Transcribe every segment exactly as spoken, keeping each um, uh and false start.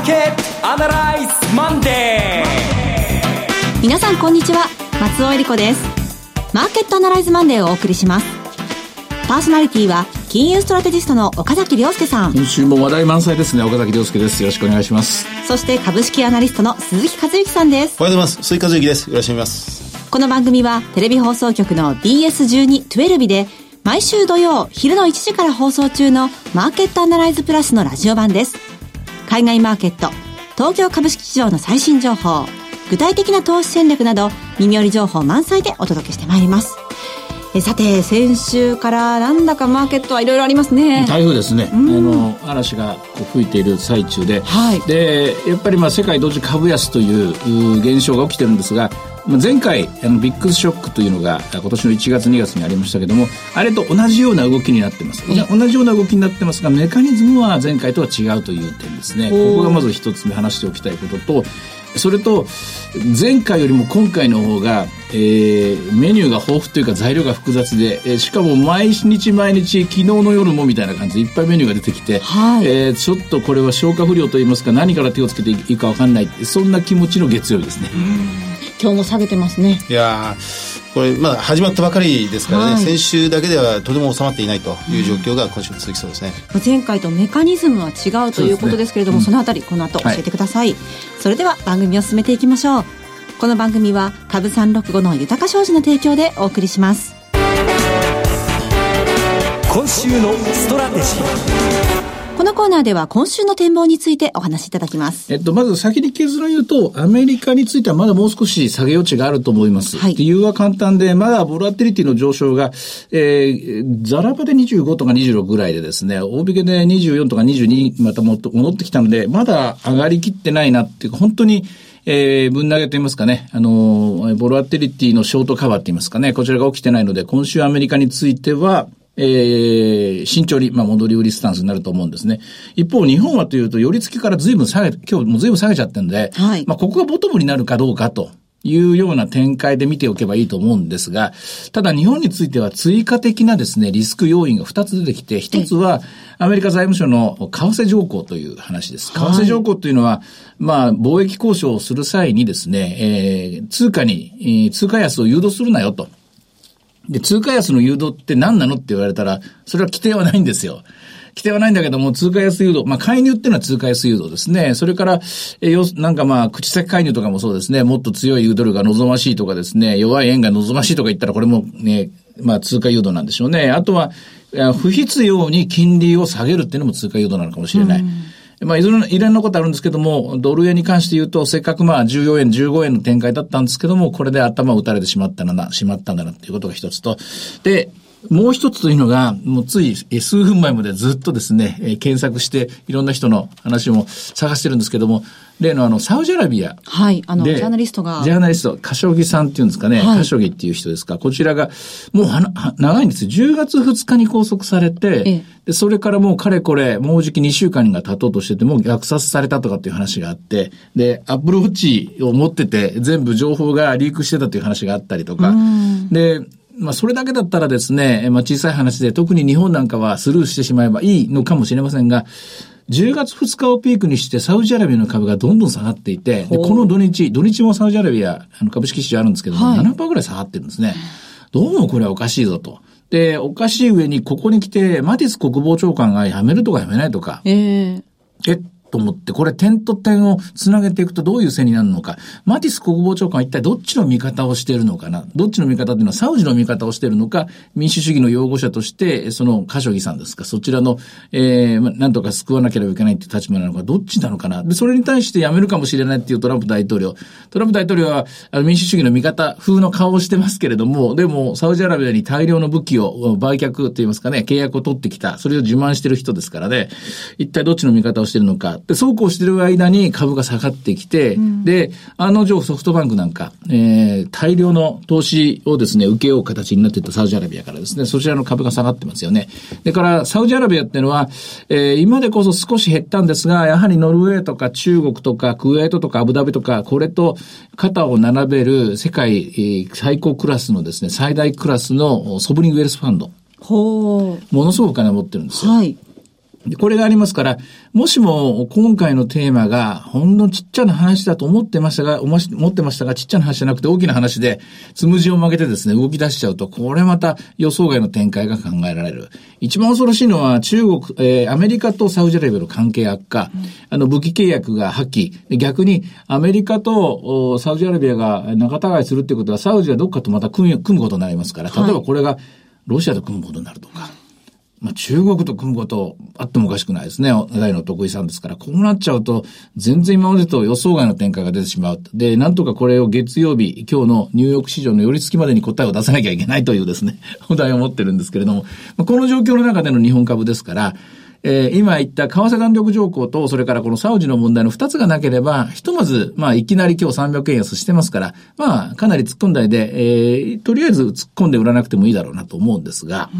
ケットアナライズマンデー。 皆さんこんにちは、松尾恵理子です。マーケットアナライズマンデーをお送りします。パーソナリティは金融ストラテジストの岡崎亮介さん。 今週も話題満載ですね。岡崎亮介です。よろしくお願いします。 そして株式アナリストの鈴木和之さんです。 おはようございます。鈴木和之です。よろしくお願いします。 この番組はテレビ放送局の ディーエスじゅうに じゅうに で毎週土曜昼のいちじから放送中のマーケットアナライズプラスのラジオ版です。海外マーケット、東京株式市場の最新情報、具体的な投資戦略など耳寄り情報満載でお届けしてまいります。えさて、先週からなんだかマーケットはいろいろありますね。 台風ですね、うん、あの嵐がこう吹いている最中で、はい、でやっぱりまあ世界同時株安という現象が起きてるんですが、前回あのビッグショックというのが今年のいちがつにがつにありましたけども、あれと同じような動きになってます。同じような動きになってますが、メカニズムは前回とは違うという点ですね。ここがまず一つ目話しておきたいことと、それと前回よりも今回の方が、えー、メニューが豊富というか材料が複雑で、えー、しかも毎日毎日昨日の夜もみたいな感じでいっぱいメニューが出てきて、はい、えー、ちょっとこれは消化不良といいますか、何から手をつけていいか分かんない、そんな気持ちの月曜日ですね。 今日も下げてますね。 いやこれまだ始まったばかりですからね、はい、先週だけではとても収まっていないという状況が今週続きそうですね。 前回とメカニズムは違うということですけれども、 そ,、ね、そのあたりこの後教えてください、はい、それでは番組を進めていきましょう。この番組は株さんろくごの豊か商事の提供でお送りします。 今週のストラテジー。 このコーナーでは今週の展望についてお話しいただきます。 えっと、まず先に結論言うと、アメリカについてはまだもう少し下げ余地があると思います。はい、理由は簡単で、まだボラティリティの上昇が、えー、ザラバでにじゅうごとかにじゅうろくぐらいでですね、大引けでにじゅうよんとかにじゅうにまた戻ってきたので、まだ上がりきってないなっていうか、本当にえー、ぶん投げと言いますかね、あのー、ボラティリティのショートカバーって言いますかね、こちらが起きてないので、今週アメリカについては、えー、慎重に、まあ、戻り売りスタンスになると思うんですね。一方、日本はというと、寄り付きから随分下げ、今日も随分下げちゃってるんで、はい、まあ、ここがボトムになるかどうかというような展開で見ておけばいいと思うんですが、ただ日本については追加的なですね、リスク要因がふたつ出てきて、ひとつはアメリカ財務省の為替条項という話です。為替条項というのは、まあ、貿易交渉をする際にですね、えー、通貨に、えー、通貨安を誘導するなよと。で、通貨安の誘導って何なのって言われたら、それは規定はないんですよ。規定はないんだけども、通貨安誘導、まあ、介入っていうのは通貨安誘導ですね。それから、えよ、なんかまあ、口先介入とかもそうですね。もっと強いドルが望ましいとかですね、弱い円が望ましいとか言ったら、これもね、まあ、通貨誘導なんでしょうね。あとは、不必要に金利を下げるっていうのも通貨誘導なのかもしれない。うん、まあ、いろんな、いろんなことあるんですけども、ドル円に関して言うと、せっかくまあ、じゅうよえん、じゅうごえんの展開だったんですけども、これで頭を打たれてしまったんだな、しまったんだな、っていうことが一つと。で、もう一つというのが、もうつい数分前までずっとですね、えー、検索して、いろんな人の話も探してるんですけども、例のあの、サウジアラビア。 はい、あの、ジャーナリストが。 ジャーナリスト、カショギさんっていうんですかね、はい、カショギっていう人ですか、こちらが、もうはな、は長いんですよ。じゅうがつふつかに拘束されて、ええ、で、それからもうかれこれ、もうじきにしゅうかんが経とうとしてて、もう虐殺されたとかっていう話があって、で、アップルウォッチを持ってて、全部情報がリークしてたという話があったりとか、で、まあ、それだけだったらですね、まあ、小さい話で、特に日本なんかはスルーしてしまえばいいのかもしれませんが、じゅうがつふつかをピークにしてサウジアラビアの株がどんどん下がっていて、で、この土日、土日もサウジアラビア、あの株式市場あるんですけども、はい、ななパーセント ぐらい下がってるんですね。どうもこれはおかしいぞと。で、おかしい上にここに来て、マティス国防長官が辞めるとか辞めないとか、えー、えと思って、これ点と点をつなげていくとどういう線になるのか。マティス国防長官は一体どっちの味方をしているのかな。どっちの味方というのはサウジの味方をしているのか、民主主義の擁護者として、そのカショギさんですか、そちらの、えー、なんとか救わなければいけないっていう立場なのか、どっちなのかな。で、それに対して辞めるかもしれないっていうトランプ大統領。トランプ大統領はあの民主主義の味方風の顔をしてますけれども、でもサウジアラビアに大量の武器を売却と言いますかね、契約を取ってきた。それを自慢している人ですからね、一体どっちの味方をしているのか。で、そうこうしている間に株が下がってきて、うん、で、あの女ソフトバンクなんか、えー、大量の投資をですね、受けよう形になっていったサウジアラビアからですね、そちらの株が下がってますよね。だから、サウジアラビアっていうのは、えー、今でこそ少し減ったんですが、やはりノルウェーとか中国とかクウェートとかアブダビとか、これと肩を並べる世界、えー、最高クラスのですね、最大クラスのソブリンウェルスファンド。ほう。ものすごくお金を持ってるんですよ。はい。 これがありますから、もしも今回のテーマがほんのちっちゃな話だと思ってましたが、思ってましたが、ちっちゃな話じゃなくて大きな話で、つむじを曲げてですね、動き出しちゃうと、これまた予想外の展開が考えられる。一番恐ろしいのは中国、えー、アメリカとサウジアラビアの関係悪化、うん、あの武器契約が破棄、逆にアメリカとサウジアラビアが仲違いするっていうことは、サウジはどっかとまた組む、組むことになりますから、例えばこれがロシアと組むことになるとか、はい、まあ、中国と組むことあってもおかしくないですね。大の得意さんですから。こうなっちゃうと、全然今までと予想外の展開が出てしまう。で、なんとかこれを月曜日、今日のニューヨーク市場の寄り付きまでに答えを出さなきゃいけないというですね、お題を持ってるんですけれども、この状況の中での日本株ですから、えー、今言った為替弾力条項と、それからこのサウジの問題の二つがなければ、ひとまず、まあ、いきなり今日さんびゃくえん安してますから、まあ、かなり突っ込んだりで、えー、とりあえず突っ込んで売らなくてもいいだろうなと思うんですが、うん、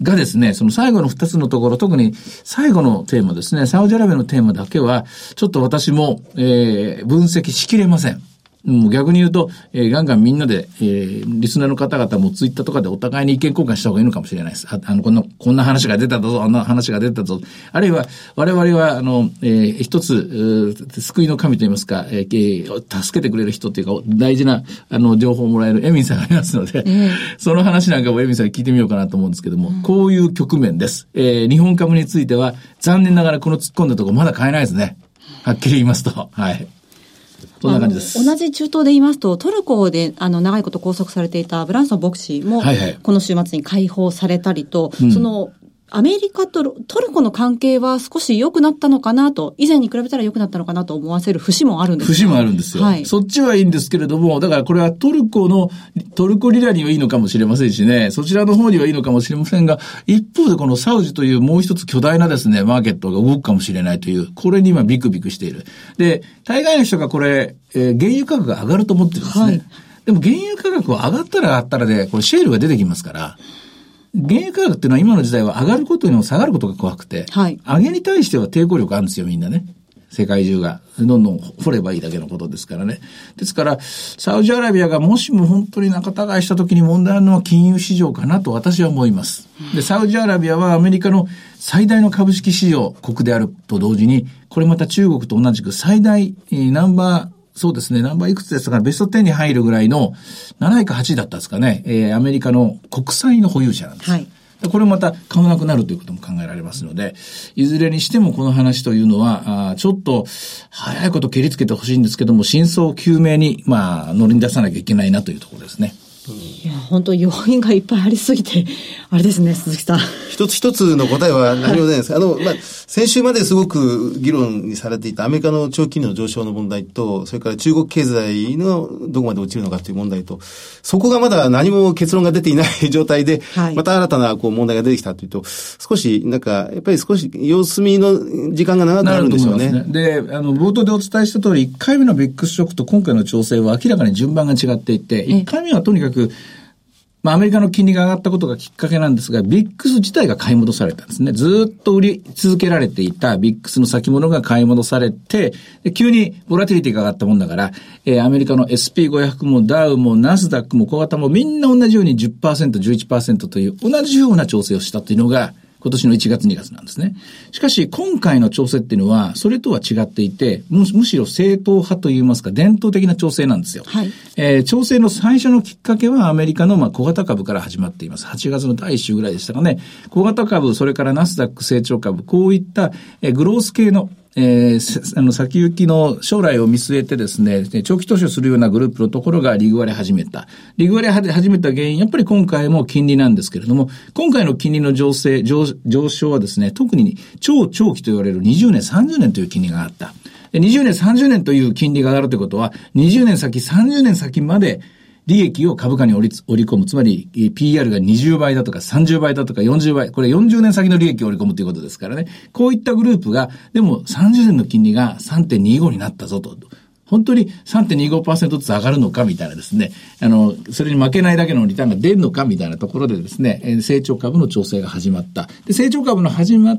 がですね、その最後の二つのところ、特に最後のテーマですね、サウジアラビアのテーマだけは、ちょっと私も、えー、分析しきれません。もう逆に言うと、えー、ガンガンみんなで、えー、リスナーの方々もツイッターとかでお互いに意見交換した方がいいのかもしれないです。あ, あの、こんな、こんな話が出たぞ、あんな話が出たぞ。あるいは、我々は、あの、えー、一つ、救いの神といいますか、えー、助けてくれる人っていうか、大事な、あの、情報をもらえるエミンさんがありますので、えー、その話なんかもエミンさんに聞いてみようかなと思うんですけども、うん、こういう局面です。えー、日本株については、残念ながらこの突っ込んだところまだ買えないですね。はっきり言いますと。はい。そんな感じです。 同じ中東で言いますと、トルコであの長いこと拘束されていたブランソン牧師も、はいはい、この週末に解放されたりと、うん、そのアメリカとトルコの関係は少し良くなったのかなと、以前に比べたら良くなったのかなと思わせる節もあるんです節もあるんですよ、はい。そっちはいいんですけれども、だからこれはトルコの、トルコリラにはいいのかもしれませんしね、そちらの方にはいいのかもしれませんが、一方でこのサウジというもう一つ巨大なですね、マーケットが動くかもしれないという、これに今ビクビクしている。で、大概の人がこれ、えー、原油価格が上がると思ってるんですね。はい、でも原油価格は上がったら上がったらで、これシェールが出てきますから、原油価格っていうのは今の時代は上がることよりも下がることが怖くて、はい、上げに対しては抵抗力あるんですよ、みんなね。世界中が。どんどん掘ればいいだけのことですからね。ですから、サウジアラビアがもしも本当に仲違いした時に問題あるのは金融市場かなと私は思います。で、サウジアラビアはアメリカの最大の株式市場国であると同時に、これまた中国と同じく最大、えー、ナンバー、そうですね。ナンバーいくつですか、ベストじゅうに入るぐらいのなないかはちいだったんですかね。えー、アメリカの国債の保有者なんです。はい。これまた買わなくなるということも考えられますので、いずれにしてもこの話というのは、あちょっと早いこと蹴りつけてほしいんですけども、真相究明に、まあ、乗り出さなきゃいけないなというところですね。 いや、本当要因がいっぱいありすぎて、あれですね、鈴木さん。 一つ一つの答えは何もないんです。あの、まあ、先週まですごく議論にされていたアメリカの長期金利の上昇の問題と、それから中国経済のどこまで落ちるのかという問題と、そこがまだ何も結論が出ていない状態で、はい、また新たなこう問題が出てきたというと、少し、なんか、やっぱり少し様子見の時間が長くなるんでしょうね。 なると思いますね。で、あの、冒頭でお伝えした通り、いっかいめのビックスショックと今回の調整は明らかに順番が違っていて、いっかいめはとにかく、まあ、アメリカの金利が上がったことがきっかけなんですが、ビックス自体が買い戻されたんですね。ずっと売り続けられていたビックスの先物が買い戻されて、で急にボラティリティが上がったもんだから、えー、アメリカの エスピーごひゃく もダウもナスダックも小型もみんな同じように じゅっパーセント、じゅういちパーセント という同じような調整をしたというのが、今年のいちがつにがつなんですね。しかし今回の調整っていうのはそれとは違っていて、む, むしろ正統派といいますか伝統的な調整なんですよ。はい。えー、調整の最初のきっかけはアメリカのまあ小型株から始まっています。はちがつのだいいっ週ぐらいでしたかね。小型株、それからナスダック成長株、こういった、えー、グロース系のえー、あの先行きの将来を見据えてですね、長期投資をするようなグループのところが利食われ始めた。利食われ始めた原因、やっぱり今回も金利なんですけれども、今回の金利の上昇、上、上昇はですね、特に超長期と言われるにじゅうねん、さんじゅうねんという金利があった。にじゅうねん、さんじゅうねんという金利が上がるということは、にじゅうねん先、さんじゅうねん先まで利益を株価に織り、織り込む。つまり、ピーアール がにじゅうばいだとかさんじゅうばいだとかよんじゅうばい。これよんじゅうねん先の利益を織り込むということですからね。こういったグループが、でもさんじゅうねんの金利が さんてんにご になったぞと。本当に さんてんにごパーセント ずつ上がるのかみたいなですね。あの、それに負けないだけのリターンが出るのかみたいなところでですね、成長株の調整が始まった。で、成長株の始まって、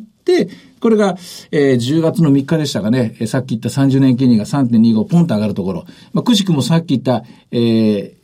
これが、えー、じゅうがつのみっかでしたかね、えー、さっき言ったさんじゅうねん金利が さんてんにご ポンと上がるところ。まあ、くしくもさっき言った、えー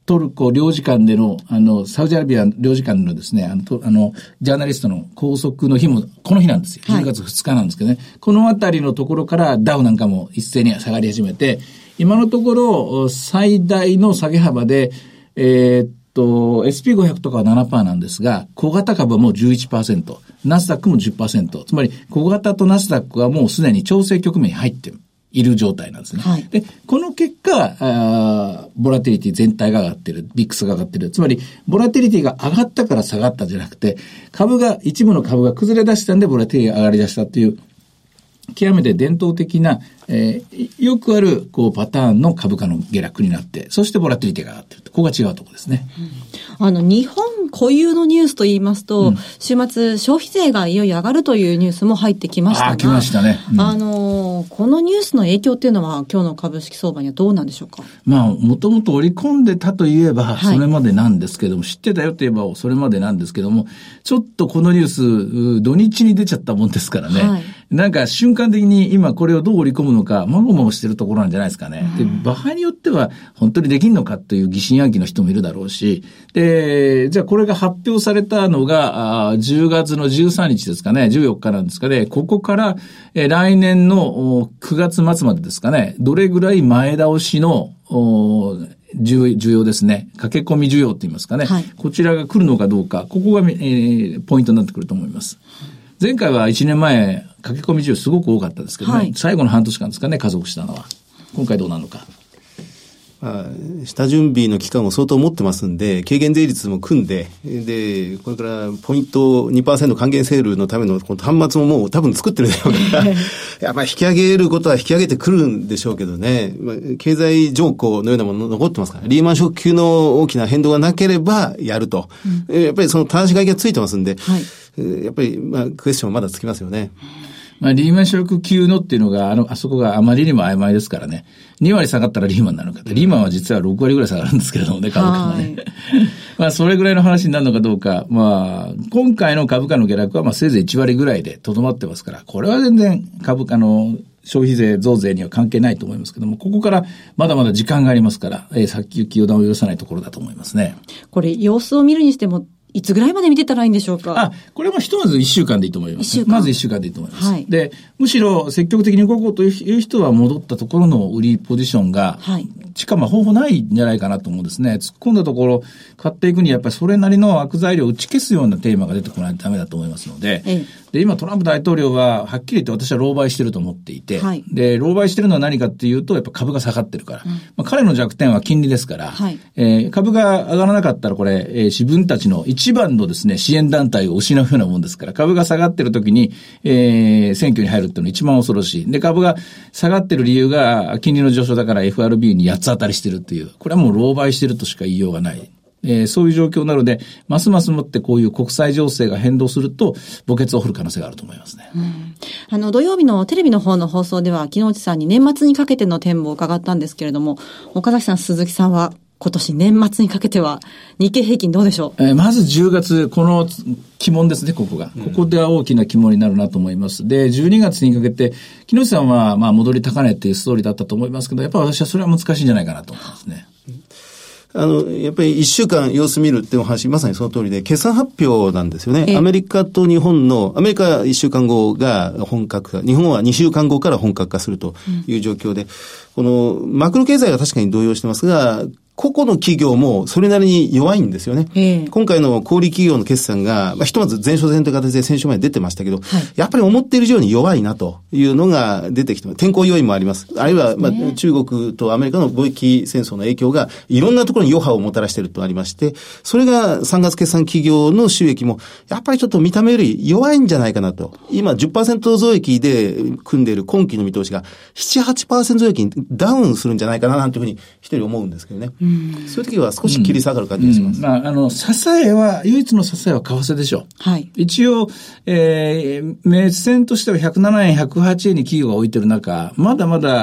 トルコ領事館での、あの、サウジアラビア領事館のですね、あの、とあのジャーナリストの拘束の日も、この日なんですよ。じゅうがつふつかなんですけどね。はい、このあたりのところからダウなんかも一斉に下がり始めて、今のところ、最大の下げ幅で、えー、っと、エスピーごひゃく とかは ななパーセント なんですが、小型株はもう じゅういちパーセント、ナスダックも じゅっパーセント、つまり小型とナスダックはもうすでに調整局面に入ってる。いる状態なんですね。はい、で、この結果、あボラティリティ全体が上がってる、ビックスが上がってる。つまり、ボラティリティが上がったから下がったんじゃなくて、株が、一部の株が崩れ出したんで、ボラティリティが上がり出したっていう、極めて伝統的な、えー、よくある、こう、パターンの株価の下落になって、そしてボラティリティが上がってる。ここが違うところですね。 うん、あの、日本固有のニュースと言いますと、うん、週末、消費税がいよいよ上がるというニュースも入ってきましたが。 あ、来ましたね。 うん、あの、このニュースの影響っていうのは、今日の株式相場にはどうなんでしょうか。 まあ、もともと織り込んでたといえば、それまでなんですけども、はい、知ってたよといえば、それまでなんですけども、ちょっとこのニュース、土日に出ちゃったもんですからね。はい、なんか瞬間的に今これをどう織り込むのか、まごまごしてるところなんじゃないですかね。で、場合によっては本当にできんのかという疑心暗鬼の人もいるだろうし、で、じゃあこれが発表されたのが、あじゅうがつのじゅうさんにちですかね、じゅうよっかなんですかね、ここから、え来年のくがつまつまでですかね、どれぐらい前倒しの、需要ですね。駆け込み需要って言いますかね。はい、こちらが来るのかどうか、ここが、えー、ポイントになってくると思います。前回はいちねんまえ、駆け込み需要すごく多かったですけどね、はい、最後の半年間ですかね、加速したのは。今回どうなるのか。 まあ、下準備の期間を相当持ってますんで、軽減税率も組んで、で、これからポイント にパーセント 還元セールのためのこの端末ももう多分作ってるでしょうから、やっぱり引き上げることは引き上げてくるんでしょうけどね、まあ、経済条項のようなもの残ってますから、リーマンショック級の大きな変動がなければやると。うん、やっぱりその正し書きがついてますんで、はい、やっぱり、まあ、クエスチョンはまだつきますよね。 まあ、リーマンショック級のっていうのが、あの、あそこがあまりにも曖昧ですからね。にわり下がったらリーマンなのかって。リーマンは実はろくわりぐらい下がるんですけれどもね、株価がね。まあ、それぐらいの話になるのかどうか。まあ、今回の株価の下落は、まあ、せいぜいいちわりぐらいでとどまってますから、これは全然株価の消費税増税には関係ないと思いますけども、ここからまだまだ時間がありますから、えー、先行き予断を許さないところだと思いますね。 これ、様子を見るにしても、いつぐらいまで見てたらいいんでしょうか。 あ、これはひとまずいっしゅうかんでいいと思います。いっしゅうかんまずいっしゅうかんでいいと思います。はい、で、むしろ積極的に動こうという人は戻ったところの売りポジションが、はい、しかも方法ないんじゃないかなと思うんですね。突っ込んだところ、買っていくにはやっぱりそれなりの悪材料を打ち消すようなテーマが出てこないとダメだと思いますので、ええ、で、今トランプ大統領ははっきり言って私は狼狽してると思っていて、はい、で、狼狽してるのは何かっていうと、やっぱ株が下がってるから、うんまあ、彼の弱点は金利ですから、はいえー、株が上がらなかったらこれ、えー、自分たちの一番のですね、支援団体を失うようなもんですから、株が下がってる時に、えー、選挙に入るっていうのは一番恐ろしい。で、株が下がってる理由が金利の上昇だから エフアールビー に八つ当たりしてるっていう、これはもう狼狽してるとしか言いようがない。えー、そういう状況なので、ますますもってこういう国際情勢が変動すると、墓穴を掘る可能性があると思いますね。 うん、あの、土曜日のテレビの方の放送では、木之内さんに年末にかけての展望を伺ったんですけれども、岡崎さん、鈴木さんは、今年年末にかけては日経平均どうでしょう。 えー、まずじゅうがつ、この鬼門ですね、ここが。ここでは大きな鬼門になるなと思います。で、じゅうにがつにかけて、木下さんは、まあ、戻り高値っていうストーリーだったと思いますけど、やっぱり私はそれは難しいんじゃないかなと思いますね。 あの、やっぱり一週間様子見るっていうお話、まさにその通りで、決算発表なんですよね。アメリカと日本の、アメリカは一週間後が本格化、日本は二週間後から本格化するという状況で、うん、このマクロ経済が確かに動揺してますが、個々の企業もそれなりに弱いんですよね。えー、今回の小売企業の決算が、まあ、ひとまず前哨戦という形で先週まで出てましたけど、はい、やっぱり思っている以上に弱いなというのが出てきてます。天候要因もあります。あるいは、まあ、中国とアメリカの貿易戦争の影響がいろんなところに余波をもたらしているとありまして、それがさんがつ決算企業の収益もやっぱりちょっと見た目より弱いんじゃないかなと。今 じゅっパーセント 増益で組んでいる今期の見通しが なな、はちパーセント 増益にダウンするんじゃないかななんていうふうに一人思うんですけどね。うん、そういう時は少し切り下がる感じがします。 うんうん、まあ、あの、支えは、唯一の支えは為替でしょう。はい。一応、えー、目線としてはひゃくななえん、ひゃくはちえんに企業が置いてる中、まだまだ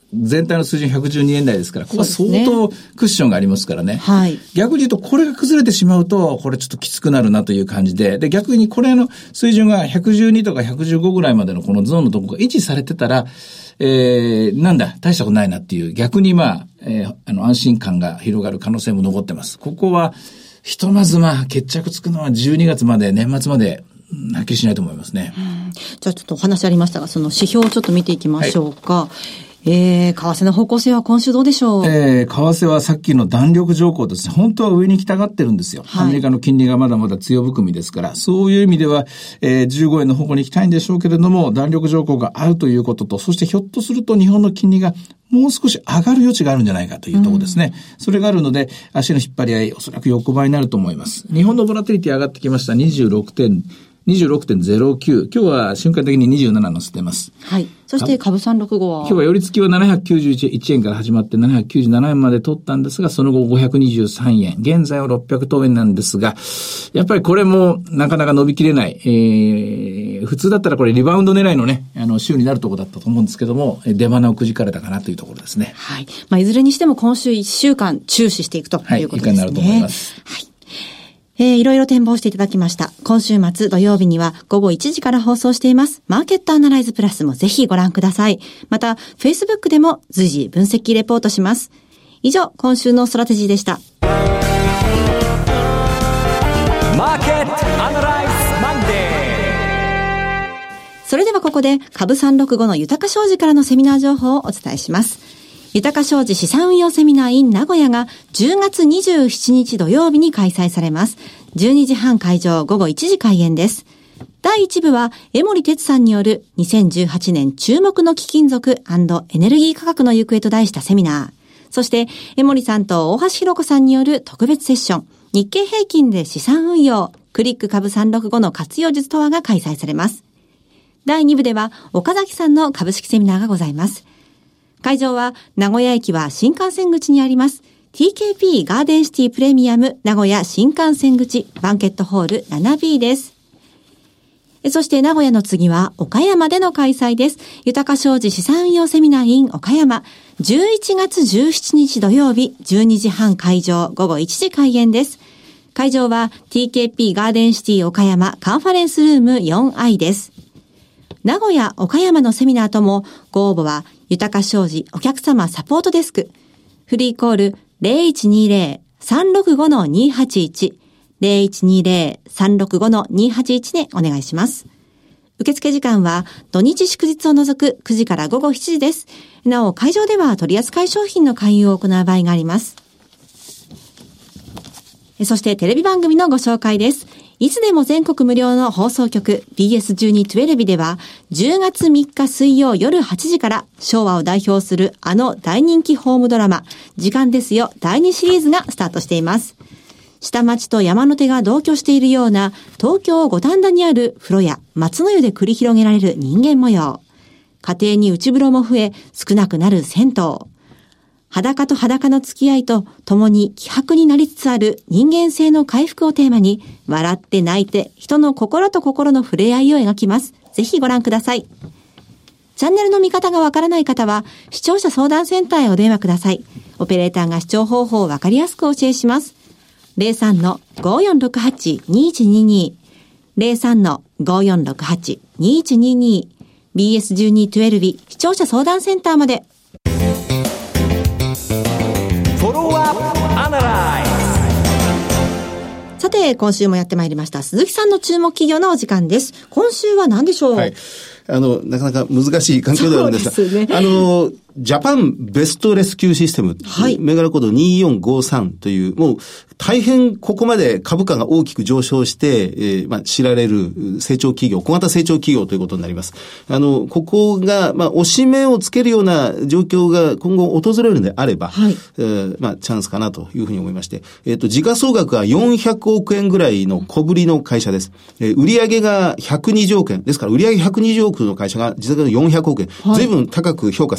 全体の水準ひゃくじゅうにえん台ですから、ここは相当クッションがありますからね。 はい。 逆に言うと、これが崩れてしまうと、これちょっときつくなるなという感じで、で、逆にこれの水準がひゃくじゅうにとかひゃくじゅうごぐらいまでのこのゾーンのところが維持されてたら、えー、なんだ、大したことないなっていう、逆にまあ、えー、あの、安心感が広がる可能性も残ってます。ここは、ひとまずまあ、決着つくのはじゅうにがつまで、年末まで、はっきりしないと思いますね。 うん、じゃあちょっとお話ありましたが、その指標をちょっと見ていきましょうか。はい、えー、為替の方向性は今週どうでしょう。 えー、為替はさっきの弾力条項ですね。本当は上に行きたがってるんですよ。はい、アメリカの金利がまだまだ強含みですから、そういう意味では、えー、じゅうごえんの方向に行きたいんでしょうけれども、弾力条項があるということと、そしてひょっとすると日本の金利がもう少し上がる余地があるんじゃないかというところですね。うん、それがあるので、足の引っ張り合い、おそらく横ばいになると思います。日本のボラテリティ上がってきました。にじゅうろくてん、にじゅうろくてんゼロきゅう。今日は瞬間的ににじゅうなな乗せてます。 はい。そして株さんろくごは今日は寄り付きはななひゃくきゅうじゅういちえんから始まってななひゃくきゅうじゅうななえんまで取ったんですが、その後ごひゃくにじゅうさんえん。現在はろっぴゃくとうえんなんですが、やっぱりこれもなかなか伸びきれない。えー、普通だったらこれリバウンド狙いのね、あの、週になるところだったと思うんですけども、出花をくじかれたかなというところですね。 はい。まあ、いずれにしても今週いっしゅうかん注視していくということですね。はい、いかになると思います。はい。えー、いろいろ展望していただきました。今週末土曜日には午後いちじから放送しています。マーケットアナライズプラスもぜひご覧ください。また、Facebook でも随時分析レポートします。以上、今週のストラテジーでした。 マーケットアナライズマンデー。それではここで株さんろくごの豊か商事からのセミナー情報をお伝えします。豊か商事資産運用セミナー in 名古屋がじゅうがつにじゅうしちにち土曜日に開催されます。じゅうにじはん会場、午後いちじ開演です。だいいち部は江森哲さんによるにせんじゅうはちねん注目の貴金属&エネルギー価格の行方と題したセミナー。そして江森さんと大橋弘子さんによる特別セッション、日経平均で資産運用、クリック株さんろくごの活用術とはが開催されます。だいに部では岡崎さんの株式セミナーがございます。会場は名古屋駅は新幹線口にあります ティーケーピー ガーデンシティプレミアム名古屋新幹線口バンケットホール ななビー です。そして名古屋の次は岡山での開催です。豊か商事資産運用セミナー in 岡山じゅういちがつじゅうしちにち土曜日じゅうにじはん会場午後いちじ開演です。会場は ティーケーピー ガーデンシティ岡山カンファレンスルーム よんアイ です。名古屋、岡山のセミナーともご応募は豊か商事お客様サポートデスク。フリーコール ゼロいちにゼロ さんろくご にはちいち ゼロいちにゼロ さんろくご にはちいちでお願いします。受付時間は土日祝日を除くくじから午後しちじです。なお会場では取扱い商品の勧誘を行う場合があります。そしてテレビ番組のご紹介です。いつでも全国無料の放送局 ビーエスじゅうに じゅうにではじゅうがつみっか水曜夜はちじから昭和を代表するあの大人気ホームドラマ時間ですよだいにシリーズがスタートしています。下町と山の手が同居しているような東京五反田にある風呂や松の湯で繰り広げられる人間模様。家庭に内風呂も増え少なくなる銭湯。裸と裸の付き合いと共に希薄になりつつある人間性の回復をテーマに笑って泣いて人の心と心の触れ合いを描きます。ぜひご覧ください。チャンネルの見方がわからない方は視聴者相談センターへお電話ください。オペレーターが視聴方法をわかりやすくお教えします。ゼロさんのごよんろくはちにいちにに ゼロさんのごよんろくはちにいちにに ビーエスじゅうに じゅうに 視聴者相談センターまで。さて、今週もやってまいりました鈴木さんの注目企業のお時間です。今週は何でしょう。 はい、あのなかなか難しい環境ではあるんですが、 そうですね、 あのジャパンベストレスキューシステム、はい、銘柄コードによんごさんという、もう大変ここまで株価が大きく上昇して、えー、まあ知られる成長企業、小型成長企業ということになります。あの、ここが、まあ、押し目をつけるような状況が今後訪れるのであれば、はい、えー、まあ、チャンスかなというふうに思いまして、えっと、時価総額はよんひゃくおくえんぐらいの小ぶりの会社です。えー、売上がひゃくにじゅうおくえん。ですから、売上ひゃくにじゅうおくの会社が実はよんひゃくおくえん。はい、随分高く評価されています。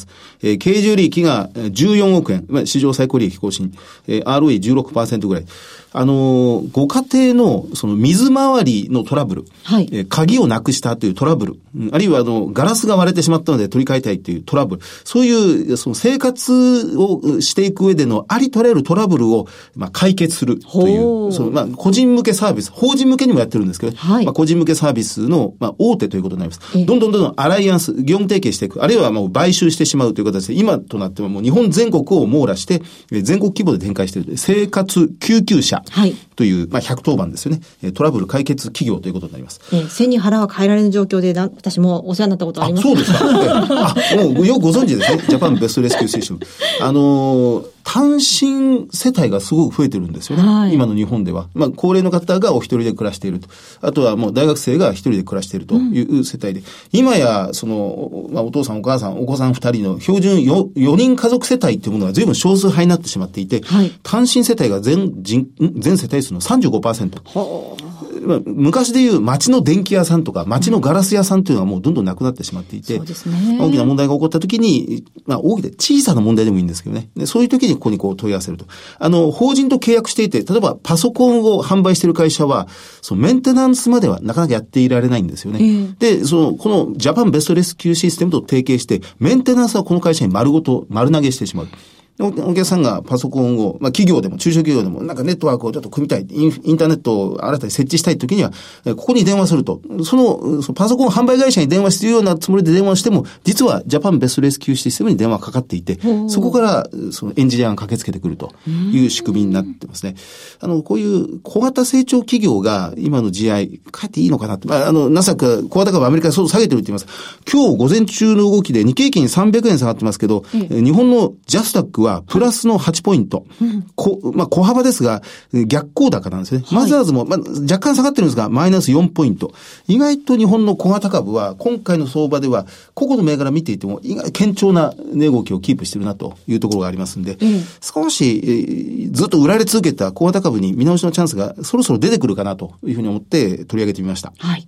えー、経常利益がじゅうよんおくえん、まあ、史上最高利益更新、えー、アールオーイーじゅうろくパーセント ぐらい。あのー、ご家庭のその水回りのトラブル、はい、えー、鍵をなくしたというトラブル、うん、あるいはあの、ガラスが割れてしまったので取り替えたいというトラブル、そういうその生活をしていく上でのありとあらゆるトラブルを、まあ、解決するという、その、まあ、個人向けサービス、法人向けにもやってるんですけど、はい、まあ、個人向けサービスの、まあ、大手ということになります。どんどんどんどんアライアンス、業務提携していく、あるいはもう買収してしまうという形で、今となってはもう日本全国を網羅して、全国規模で展開している生活救急車という、はい、まあ、ひゃくとおばんですよね。トラブル解決企業ということになります。 えー、背に腹は変えられる状況でな、私もお世話になったことあります。 あ、そうですか。あ、もうよくご存知ですね。ジャパンベストレスキューステーション。あのー、単身世帯がすごく増えてるんですよね。はい、今の日本では。まあ、高齢の方がお一人で暮らしていると。あとはもう大学生が一人で暮らしているという世帯で。うん、今や、その、まあ、お父さんお母さん、お子さん二人の標準 4, 4人家族世帯っていうものが随分少数派になってしまっていて、はい、単身世帯が全人、全世帯数の さんじゅうごパーセント。まあ、昔でいう町の電気屋さんとか町のガラス屋さんというのはもうどんどんなくなってしまっていて、 そうですね、 大きな問題が起こった時に、まあ大きな小さな問題でもいいんですけどね。でそういう時にここにこう問い合わせると。あの、法人と契約していて、例えばパソコンを販売している会社は、そのメンテナンスまではなかなかやっていられないんですよね。えー、で、その、このジャパンベストレスキューシステムと提携して、メンテナンスはこの会社に丸ごと丸投げしてしまう。お客さんがパソコンを、まあ企業でも中小企業でもなんかネットワークをちょっと組みたい、イン、インターネットを新たに設置したいときには、ここに電話すると、その、そのパソコン販売会社に電話するようなつもりで電話しても、実はジャパンベストレスキューシステムに電話がかかっていて、そこからそのエンジニアが駆けつけてくるという仕組みになってますね。あの、こういう小型成長企業が今の ジーアイ、かえっていいのかなって、まあ、あの、ナスダック、小型株アメリカで相当下げてるって言います。今日午前中の動きで日経平均さんびゃくえん下がってますけど、日本のジャスダックはプラスのはちポイント。こまあ、小幅ですが、逆行高なんですね。はい、マザーズも、まあ、若干下がってるんですが、マイナスよんポイント。意外と日本の小型株は、今回の相場では、個々の銘柄見ていても、意外堅調な値動きをキープしてるなというところがありますんで、うん、少し、えー、ずっと売られ続けた小型株に見直しのチャンスがそろそろ出てくるかなというふうに思って取り上げてみました。 はい。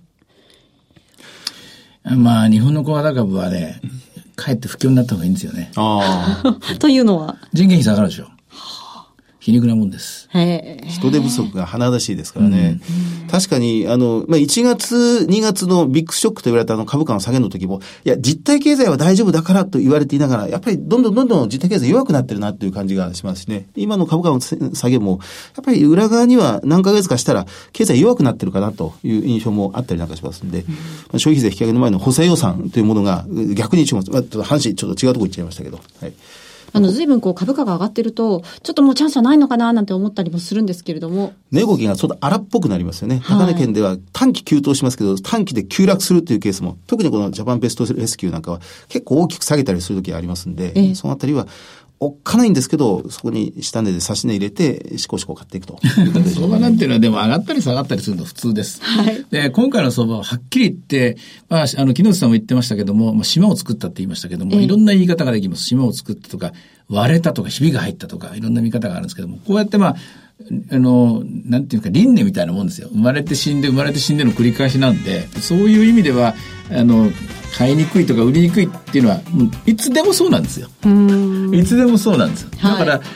まあ、日本の小型株はね、かえって不況になった方がいいんですよね。 ああ。というのは人件費下がるでしょ。皮肉なもんです。 人手不足が甚だしいですからね。うん、確かに、あの、まあ、いちがつ、にがつのビッグショックと言われたあの株価の下げの時も、いや、実体経済は大丈夫だからと言われていながら、やっぱりどんどんどんどん実体経済弱くなってるなっていう感じがしますしね。今の株価の下げも、やっぱり裏側には何ヶ月かしたら、経済弱くなってるかなという印象もあったりなんかしますんで、うん、まあ、消費税引き上げの前の補正予算というものが逆に注目、まあ、ちょっと話ちょっと違うところ行っちゃいましたけど、はい。 あの、随分こう株価が上がってると、ちょっともうチャンスはないのかななんて思ったりもするんですけれども。 値動きがちょっと荒っぽくなりますよね。高値圏では短期急騰しますけど、短期で急落するというケースも、特にこのジャパンベストレスキューなんかは結構大きく下げたりするときがありますんで、ええ、そのあたりは、おっかないんですけど、そこに下値で差し値入れて、しこしこ買っていくと。 相場なんていうのはでも上がったり下がったりするの普通です。はい。で、今回の相場ははっきり言って、まあ、あの、木下さんも言ってましたけども、まあ、島を作ったって言いましたけども、ええ、いろんな言い方ができます。島を作ったとか、割れたとか、ひびが入ったとか、いろんな見方があるんですけども、こうやってまあ、あの、なんていうか、輪廻みたいなもんですよ。生まれて死んで、生まれて死んでの繰り返しなんで、そういう意味では、あの、買いにくいとか売りにくいっていうのは、いつでもそうなんですよ。いつでもそうなんですよ。だから、はい、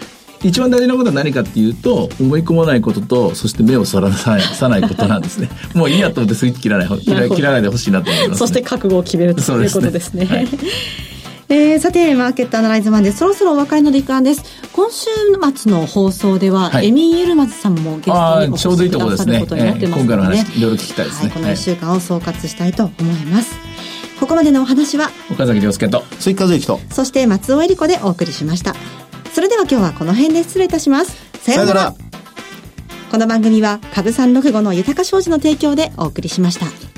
一番大事なことは何かっていうと、思い込まないことと、そして目をそらさないことなんですね。もういいやと思ってスイッチ切らない、切ら、切らないでほしいなと思います、ね。 そして覚悟を決めるということですね。はい、えー、さて、マーケットアナライズマンでそろそろお別れの時間です。今週末の放送では、はい、エミー・エルマズさんもゲストにお越しくださることになってますので、ね、今回の話いろいろ聞きたいですね。はい、このいっしゅうかんを総括したいと思います。はい、ここまでのお話は岡崎亮介と鈴木和之と、 そして松尾恵理子でお送りしました。それでは今日はこの辺で失礼いたします。さようなら。この番組は株さんろくごの豊か商事の提供でお送りしました。